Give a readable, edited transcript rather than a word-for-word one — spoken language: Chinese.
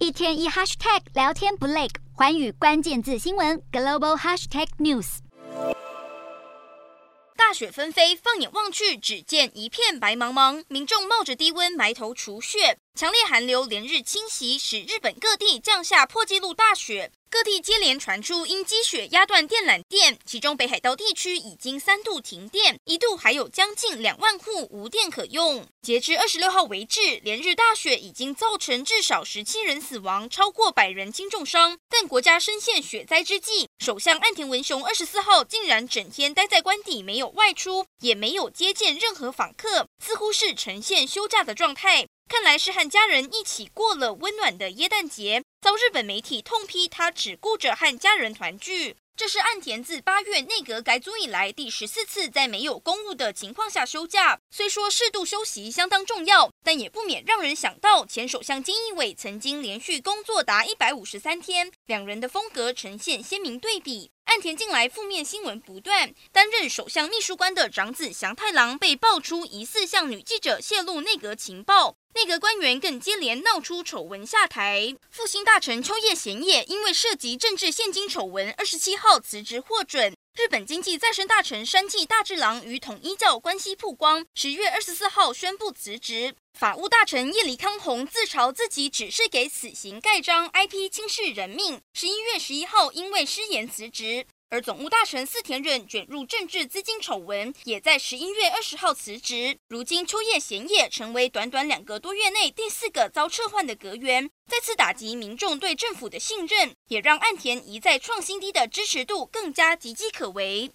一天一 hashtag 聊天不累，寰宇关键字新闻 global hashtag news。 大雪纷飞，放眼望去，只见一片白茫茫，民众冒着低温埋头除雪。强烈寒流连日侵袭，使日本各地降下破纪录大雪。各地接连传出因积雪压断电缆电，其中北海道地区已经3度停电，一度还有将近2万户无电可用。截至26号为止，连日大雪已经造成至少17人死亡，超过100人轻重伤。但国家深陷雪灾之际，首相岸田文雄24号竟然整天待在官邸，没有外出，也没有接见任何访客，似乎是呈现休假的状态。看来是和家人一起过了温暖的耶诞节，遭日本媒体痛批他只顾着和家人团聚。这是岸田自8月内阁改组以来第14次在没有公务的情况下休假。虽说适度休息相当重要，但也不免让人想到前首相菅义伟曾经连续工作达153天，两人的风格呈现鲜明对比。岸田近来负面新闻不断，担任首相秘书官的长子祥太郎被爆出疑似向女记者泄露内阁情报，内阁官员更接连闹出丑闻下台。复兴大臣秋叶贤也因为涉及政治现金丑闻，27号辞职获准。日本经济再生大臣山崎大志郎与统一教关系曝光，10月24号宣布辞职。法务大臣叶梨康弘自嘲自己只是给死刑盖章 ，IP 轻视人命。11月11号因为失言辞职。而总务大臣四田忍卷入政治资金丑闻，也在11月20号辞职。如今秋叶贤也成为短短2个多月内第4个遭撤换的阁员，再次打击民众对政府的信任，也让岸田一再创新低的支持度更加岌岌可危。